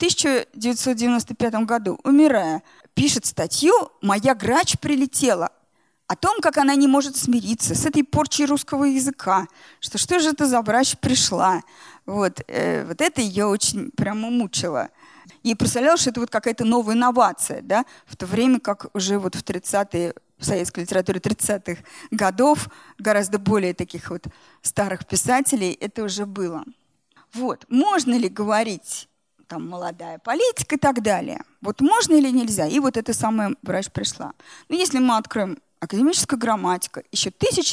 1995 году, умирая, пишет статью «Моя грач прилетела» о том, как она не может смириться с этой порчей русского языка, что же это за врач пришла. Вот это ее очень прямо мучило. Ей представлялось, что это вот какая-то новая инновация, да, в то время как уже вот в 30-е, в советской литературе 30-х годов гораздо более таких вот старых писателей это уже было. Вот. Можно ли говорить там молодая политика и так далее? Вот можно или нельзя? И вот это самое «врач пришла». Но если мы откроем академическую грамматику, еще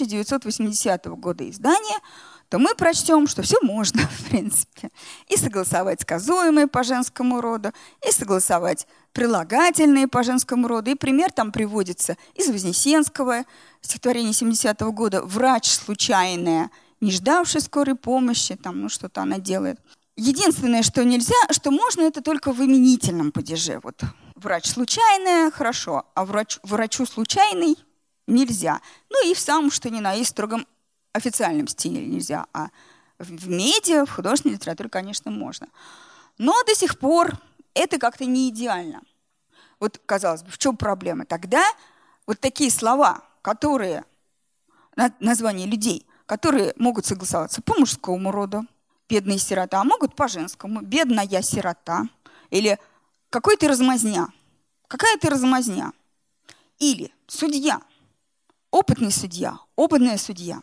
1980 года издания, то мы прочтем, что все можно, в принципе. И согласовать сказуемые по женскому роду, и согласовать прилагательные по женскому роду. И пример там приводится из Вознесенского стихотворения 70-го года «Врач случайная, не ждавший скорой помощи», там, ну что-то она делает. Единственное, что нельзя, что можно, это только в именительном падеже. Вот врач случайная, хорошо, а врачу случайный нельзя. Ну и в самом, что ни на есть, строгом официальном стиле нельзя, а в медиа, в художественной литературе, конечно, можно. Но до сих пор это как-то не идеально. Вот, казалось бы, в чем проблема? Тогда вот такие слова, которые, названия людей, которые могут согласоваться по мужскому роду, бедная сирота, а могут по женскому, бедная сирота, или какой ты размазня, какая ты размазня, или судья, опытный судья, опытная судья.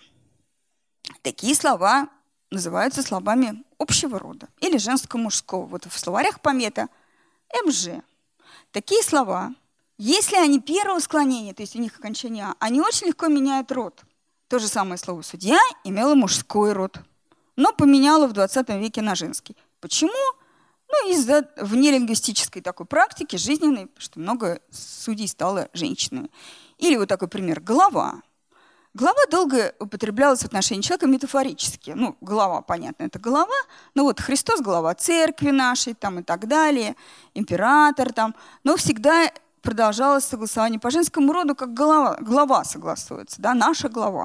Такие слова называются словами общего рода или женско-мужского. Вот в словарях помета МЖ. Такие слова, если они первого склонения, то есть у них окончание «а», они очень легко меняют род. То же самое слово «судья» имело мужской род, но поменяло в 20 веке на женский. Почему? Из-за внелингвистической такой практики жизненной, что много судей стало женщинами. Или вот такой пример – голова. Голова долго употреблялась в отношении человека метафорически. Голова, понятно, это голова, но вот Христос – голова церкви нашей там, и так далее, император там. Но всегда продолжалось согласование по женскому роду, как глава согласуется, да, наша глава.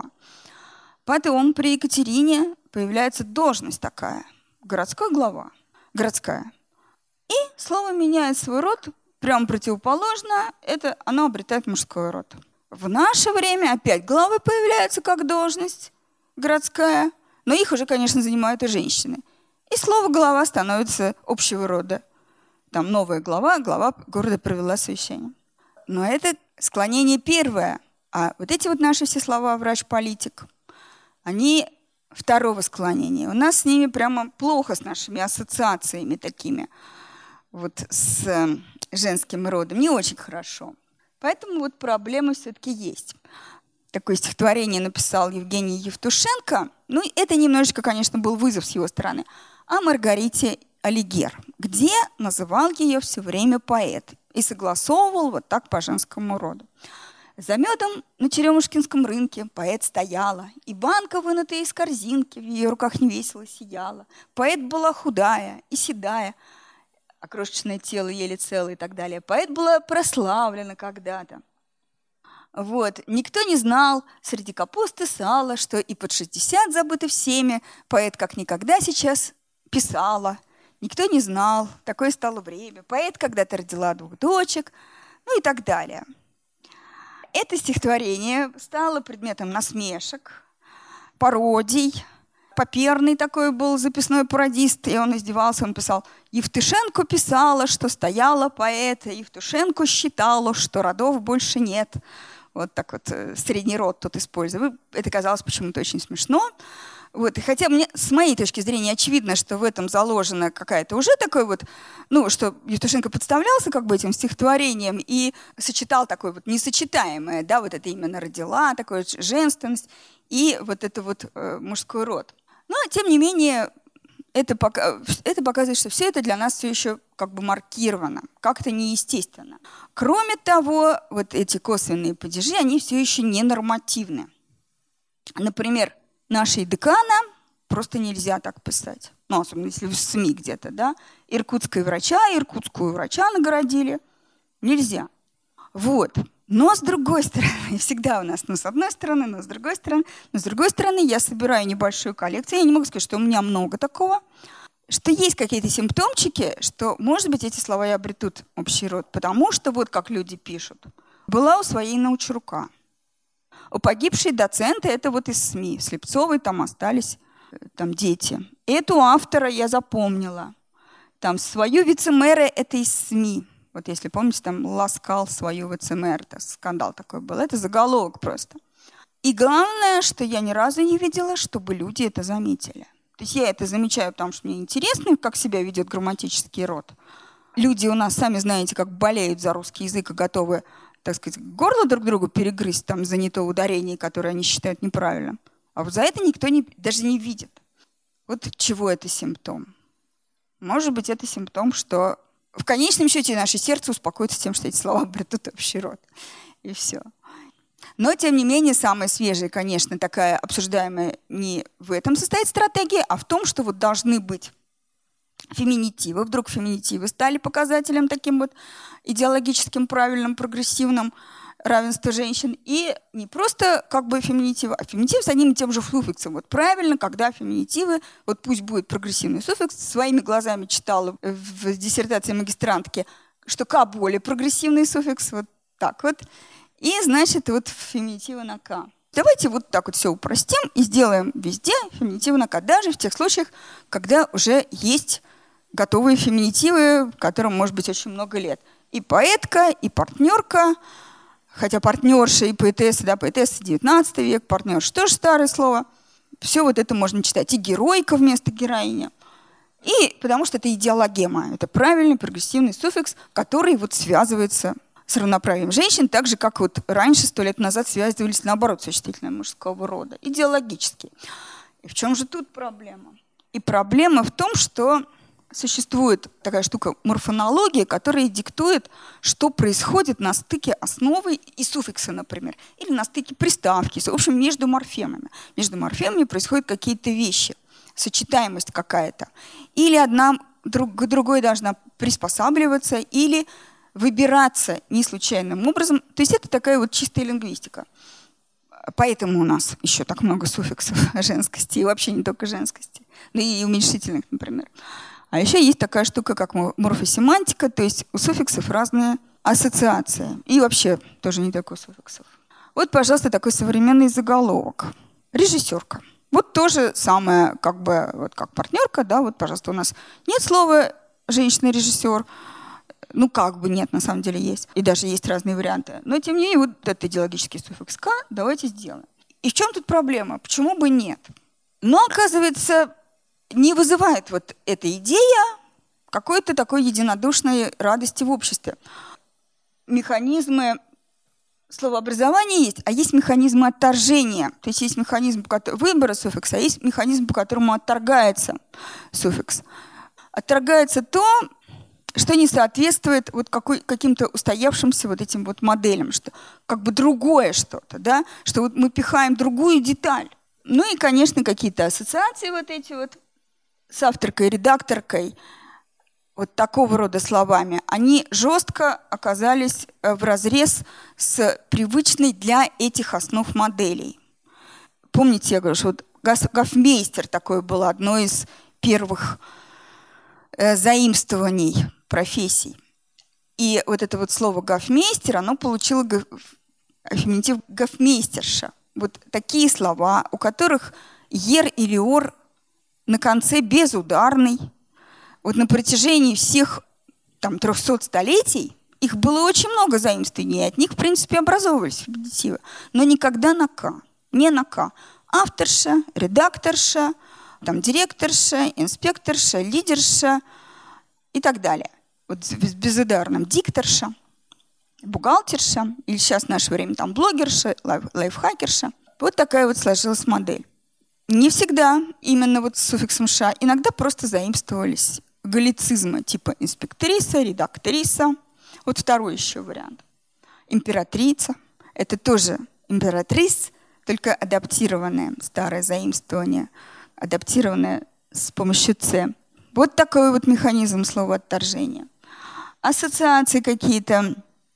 Потом при Екатерине появляется должность такая – городской глава, городская. И слово меняет свой род, прямо противоположно, это оно обретает мужской род. В наше время опять главы появляются как должность городская, но их уже, конечно, занимают и женщины. И слово «глава» становится общего рода. Там новая глава города провела совещание. Но это склонение первое. А вот эти вот наши все слова «врач-политик», они второго склонения. У нас с ними прямо плохо, с нашими ассоциациями такими, вот с женским родом. Не очень хорошо. Поэтому вот проблемы все-таки есть. Такое стихотворение написал Евгений Евтушенко. Это немножечко, конечно, был вызов с его стороны. О Маргарите Алигер, где называл ее все время поэт и согласовывал вот так по женскому роду. За медом на Черемушкинском рынке поэт стояла, и банка, вынутая из корзинки, в ее руках невесело сияла. Поэт была худая и седая, а крошечное тело еле целое и так далее. Поэт была прославлена когда-то. Вот. Никто не знал среди капусты, сала, что и под 60 забыты всеми. Поэт как никогда сейчас писала. Никто не знал, такое стало время. Поэт когда-то родила 2 дочек, и так далее. Это стихотворение стало предметом насмешек, пародий. Поперный такой был записной пародист, и он издевался, он писал: «Евтушенко писала, что стояла поэта, Евтушенко считала, что родов больше нет». Вот так вот средний род тут использую. Это казалось почему-то очень смешно. Вот. И хотя мне, с моей точки зрения, очевидно, что в этом заложена какая-то уже такой вот, что Евтушенко подставлялся как бы этим стихотворением и сочетал такое вот несочетаемое, да, вот это именно родила, такую женственность и вот это вот мужской род. Но, тем не менее, это показывает, что все это для нас все еще как бы маркировано, как-то неестественно. Кроме того, вот эти косвенные падежи, они все еще не нормативны. Например, нашей декана просто нельзя так писать. Особенно если в СМИ где-то, да. Иркутскую врача наградили. Нельзя. Вот. Но с другой стороны, всегда у нас, с одной стороны, но с другой стороны, я собираю небольшую коллекцию. Я не могу сказать, что у меня много такого. Что есть какие-то симптомчики, что, может быть, эти слова и обретут общий род. Потому что, вот как люди пишут, была у своей научрука. У погибшей доцента, это вот из СМИ, Слепцовой там остались там дети. Эту автора я запомнила. Там свою вице-мэра, это из СМИ. Вот если помните, там ласкал свою вице-мэр, скандал такой был. Это заголовок просто. И главное, что я ни разу не видела, чтобы люди это заметили. То есть я это замечаю, потому что мне интересно, как себя ведет грамматический род. Люди у нас, сами знаете, как болеют за русский язык и готовы, так сказать, горло друг другу перегрызть там за не то ударение, которое они считают неправильным. А вот за это никто даже не видит. Вот чего это симптом? Может быть, это симптом, что в конечном счете наше сердце успокоится тем, что эти слова обретут общий род. И все. Но, тем не менее, самая свежая, конечно, такая обсуждаемая не в этом состоит стратегия, а в том, что вот должны быть феминитивы. Вдруг феминитивы стали показателем таким вот идеологическим, правильным, прогрессивным. равенство женщин, и не просто как бы феминитивы, а феминитив с одним и тем же суффиксом. Вот правильно, когда феминитивы, вот пусть будет прогрессивный суффикс, своими глазами читала в диссертации магистрантки, что «к» более прогрессивный суффикс, вот так вот, и значит вот феминитивы на «к». Давайте вот так вот все упростим и сделаем везде феминитивы на «к», даже в тех случаях, когда уже есть готовые феминитивы, которым может быть очень много лет. И поэтка, и партнерка, хотя партнерша и поэтесса, да, поэтесса 19 век, партнерша тоже старое слово. Все вот это можно читать. И геройка вместо героиня. И потому что это идеологема. Это правильный прогрессивный суффикс, который вот связывается с равноправием женщин, так же, как вот раньше, 100 лет назад, связывались наоборот существительным мужского рода. Идеологически. И в чем же тут проблема? И проблема в том, что существует такая штука морфонология, которая диктует, что происходит на стыке основы и суффикса, например, или на стыке приставки, в общем, между морфемами. Между морфемами происходят какие-то вещи, сочетаемость какая-то. Или одна к другой должна приспосабливаться, или выбираться не случайным образом. То есть это такая вот чистая лингвистика. Поэтому у нас еще так много суффиксов женскости, и вообще не только женскости, но и уменьшительных, например. А еще есть такая штука, как морфосемантика, то есть у суффиксов разные ассоциации. И вообще тоже не только у суффиксов. Вот, пожалуйста, такой современный заголовок. Режиссерка. Вот то же самое, как бы, вот как партнерка, да, вот, пожалуйста, у нас нет слова женщина-режиссер. Ну, как бы нет, на самом деле есть. И даже есть разные варианты. Но, тем не менее, вот этот идеологический суффикс «к» давайте сделаем. И в чем тут проблема? Почему бы нет? Но, оказывается, не вызывает вот эта идея какой-то такой единодушной радости в обществе. Механизмы словообразования есть, а есть механизмы отторжения. То есть есть механизм выбора суффикса, а есть механизм, по которому отторгается суффикс. Отторгается то, что не соответствует вот каким-то устоявшимся вот этим вот моделям, что как бы другое что-то, да? Что вот мы пихаем другую деталь. Ну и, конечно, какие-то ассоциации вот эти вот с авторкой, редакторкой, вот такого рода словами, они жестко оказались вразрез с привычной для этих основ моделей. Помните, я говорю, что вот гофмейстер такое было одно из первых заимствований профессий. И вот это вот слово гофмейстер, оно получило феминитив гофмейстерша. Вот такие слова, у которых ер или ор на конце безударный. Вот на протяжении всех там 300 столетий их было очень много заимствований, и от них, в принципе, образовывались феминитивы. Но никогда на «к», не на «к». Авторша, редакторша, там, директорша, инспекторша, лидерша и так далее. Вот с безударным дикторша, бухгалтерша, или сейчас в наше время там блогерша, лайфхакерша. Вот такая вот сложилась модель. Не всегда именно вот с суффиксом «ша», иногда просто заимствовались галлицизмы типа инспектриса, редактриса. Вот второй еще вариант. Императрица. Это тоже императрис, только адаптированное старое заимствование, адаптированное с помощью «ц». Вот такой вот механизм слова отторжения. Ассоциации какие-то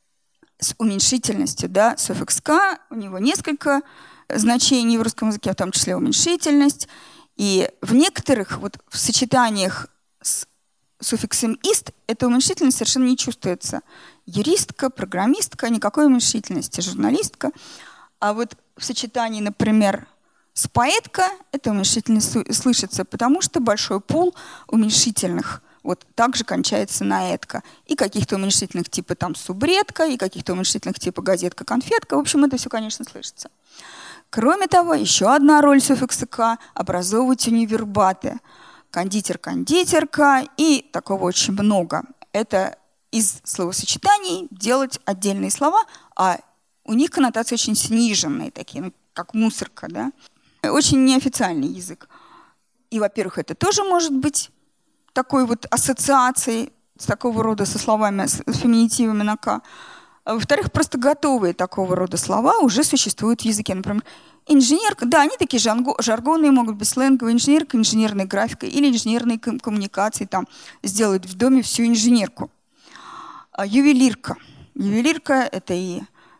с уменьшительностью, да, суффикс «к», у него несколько значений в русском языке, в том числе уменьшительность. И в некоторых вот в сочетаниях с суффиксом «ист» эта уменьшительность совершенно не чувствуется. Юристка, программистка, никакой уменьшительности, журналистка. А вот в сочетании, например, с поэтка эта уменьшительность слышится, потому что большой пул уменьшительных вот также кончается на «этка». И каких-то уменьшительных типа там субредка, и каких-то уменьшительных типа газетка, конфетка. В общем, это все, конечно, слышится. Кроме того, еще одна роль суффикса «к» – образовывать универбаты. Кондитер, кондитерка, и такого очень много. Это из словосочетаний делать отдельные слова, а у них коннотации очень сниженные, такие, ну, как мусорка, да? Очень неофициальный язык. И, во-первых, это тоже может быть такой вот ассоциацией с такого рода со словами, с феминитивами на «к». А во-вторых, просто готовые такого рода слова уже существуют в языке. Например, инженерка, да, они такие жаргонные, могут быть сленговые, инженерка, инженерная графика или инженерные коммуникации, там, сделать в доме всю инженерку. Ювелирка. Ювелирка – это и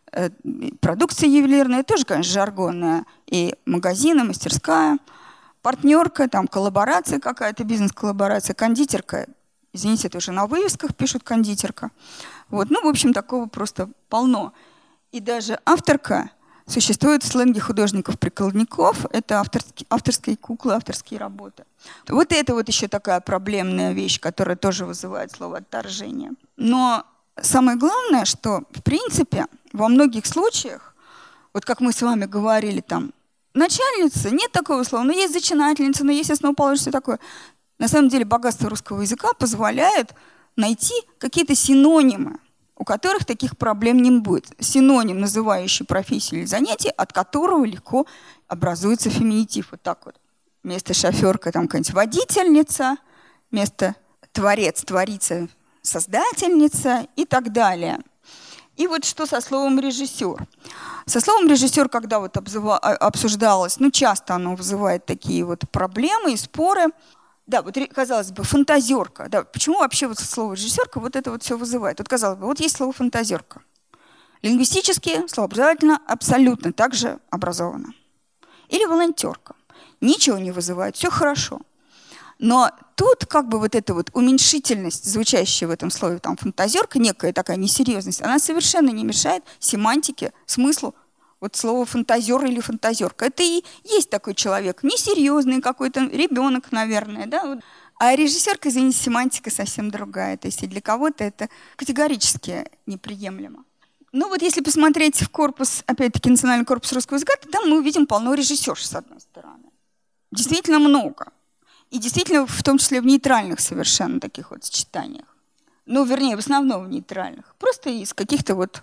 продукция ювелирная, тоже, конечно, жаргонная, и магазин, и мастерская, партнерка, там коллаборация какая-то, бизнес-коллаборация, кондитерка. Извините, это уже на вывесках пишут кондитерка. Вот. Ну, в общем, такого просто полно. И даже авторка существует в сленге художников-прикладников. Это авторские куклы, авторские работы. Вот это вот еще такая проблемная вещь, которая тоже вызывает слово «отторжение». Но самое главное, что, в принципе, во многих случаях, вот как мы с вами говорили, там, начальница, нет такого слова, но есть зачинательница, но есть основоположник, все такое. На самом деле богатство русского языка позволяет найти какие-то синонимы, у которых таких проблем не будет. Синоним, называющий профессию или занятие, от которого легко образуется феминитив. Вот так вот. Вместо шоферка там какая-нибудь водительница, вместо творец, творица, создательница и так далее. И вот что со словом «режиссер». Со словом «режиссер», когда вот обсуждалось, ну, часто оно вызывает такие вот проблемы и споры. Да, вот казалось бы, фантазерка. Да, почему вообще вот слово «режиссерка» вот это вот все вызывает? Вот казалось бы, вот есть слово «фантазерка». Лингвистически, словообразовательно абсолютно так же образовано. Или волонтерка. Ничего не вызывает, все хорошо. Но тут как бы вот эта вот уменьшительность, звучащая в этом слове, там, фантазерка, некая такая несерьезность, она совершенно не мешает семантике, смыслу вот слова фантазер или фантазерка. Это и есть такой человек, несерьезный какой-то ребенок, наверное. Да? А режиссерка, извините, семантика совсем другая. То есть и для кого-то это категорически неприемлемо. Ну вот если посмотреть в корпус, опять-таки, Национальный корпус русского языка, то там мы увидим полно режиссерш, с одной стороны. Действительно много. И действительно, в том числе в нейтральных совершенно таких вот сочетаниях. Ну, вернее, в основном в нейтральных. Просто из каких-то вот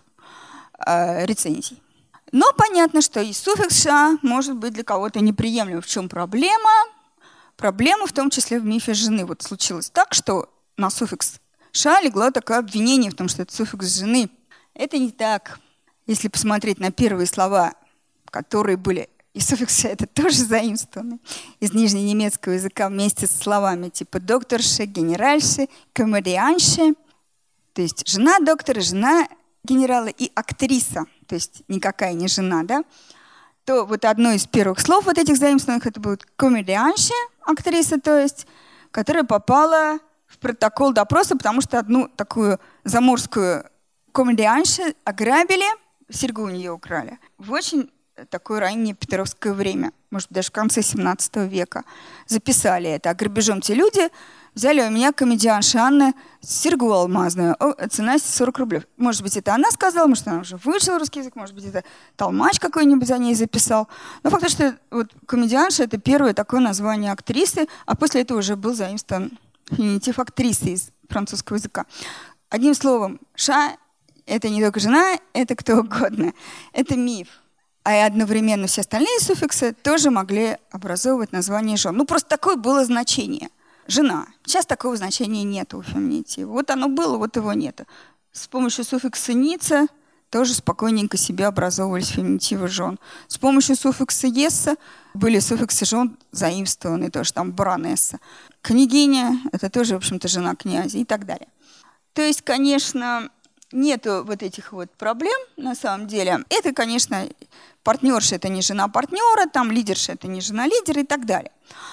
рецензий. Но понятно, что и суффикс «ша» может быть для кого-то неприемлем. В чем проблема? Проблема в том числе в мифе жены. Вот случилось так, что на суффикс «ша» легло такое обвинение в том, что это суффикс жены. Это не так. Если посмотреть на первые слова, которые были... И суффикс «ша» это тоже заимствованы из нижненемецкого языка вместе со словами типа докторша, генеральша, комедианша, то есть жена доктора, жена генерала и актриса, то есть никакая не жена, да, то вот одно из первых слов вот этих заимствованных это будет комедианша, актриса, то есть, которая попала в протокол допроса, потому что одну такую заморскую комедианшу ограбили, серьгу у нее украли, в очень такое раннее петеровское время, может быть, даже в конце 17 века, записали это. А грабежом те люди взяли у меня комедианша Анны серьгу алмазную, цена 40 рублей. Может быть, это она сказала, может, она уже выучила русский язык, может быть, это толмач какой-нибудь за ней записал. Но факт, что вот комедианша — это первое такое название актрисы, а после этого уже был заимствован феминитив актрисы из французского языка. Одним словом, «ша» — это не только жена, это кто угодно. Это миф. А и одновременно все остальные суффиксы тоже могли образовывать название жен. Ну, просто такое было значение. Жена. Сейчас такого значения нет у феминитива. Вот оно было, вот его нет. С помощью суффикса «ница» тоже спокойненько себе образовывались феминитивы жен. С помощью суффикса «есса» были суффиксы жен заимствованы, тоже там баронесса. Княгиня — это тоже, в общем-то, жена князя и так далее. То есть, конечно, нету вот этих вот проблем на самом деле. Это, конечно, партнерша — это не жена партнера, там лидерша — это не жена лидера и так далее.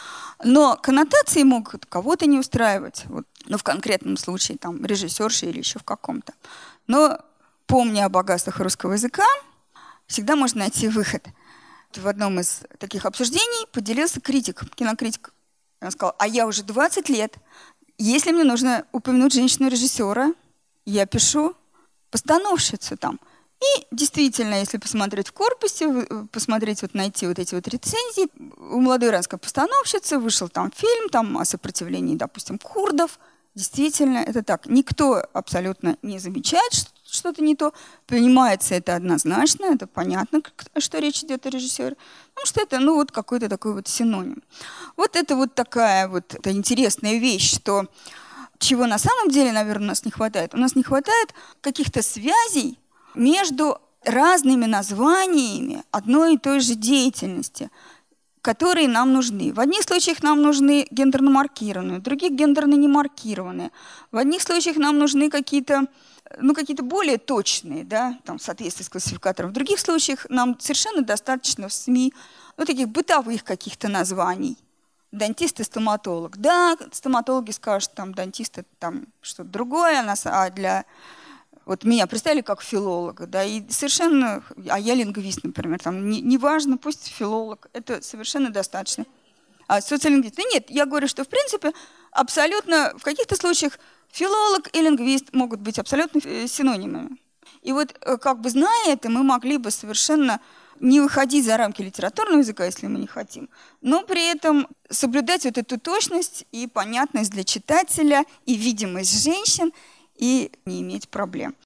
Но коннотации могут кого-то не устраивать. Вот, ну, в конкретном случае, там, режиссерши или еще в каком-то. Но, помня о богатствах русского языка, всегда можно найти выход. В одном из таких обсуждений поделился критик, кинокритик. Он сказал: а я уже 20 лет. Если мне нужно упомянуть женщину-режиссера, я пишу постановщицу там. И действительно, если посмотреть в корпусе, посмотреть, вот найти вот эти вот рецензии, у молодой иранской постановщицы вышел там фильм там, о сопротивлении, допустим, курдов. Действительно, это так. Никто абсолютно не замечает что-то не то. Понимается это однозначно, это понятно, что речь идет о режиссере. Потому что это, ну, вот какой-то такой вот синоним. Вот это вот такая вот интересная вещь, что чего на самом деле, наверное, у нас не хватает. У нас не хватает каких-то связей между разными названиями одной и той же деятельности. которые нам нужны. В одних случаях нам нужны гендерно маркированные, в других гендерно не маркированные. В одних случаях нам нужны какие-то более точные, да, там, в соответствии с классификатором. В других случаях нам совершенно достаточно в СМИ таких бытовых каких-то названий. Дантист и стоматолог. Да, стоматологи скажут, там, дантист – это там что-то другое, а для… Вот меня представили как филолога, да, и совершенно… А я лингвист, например, там, неважно, пусть филолог, это совершенно достаточно. А социолингвист? Да нет, я говорю, что в принципе абсолютно в каких-то случаях филолог и лингвист могут быть абсолютно синонимами. И вот как бы зная это, мы могли бы совершенно не выходить за рамки литературного языка, если мы не хотим, но при этом соблюдать вот эту точность и понятность для читателя, и видимость женщин, и не иметь проблем.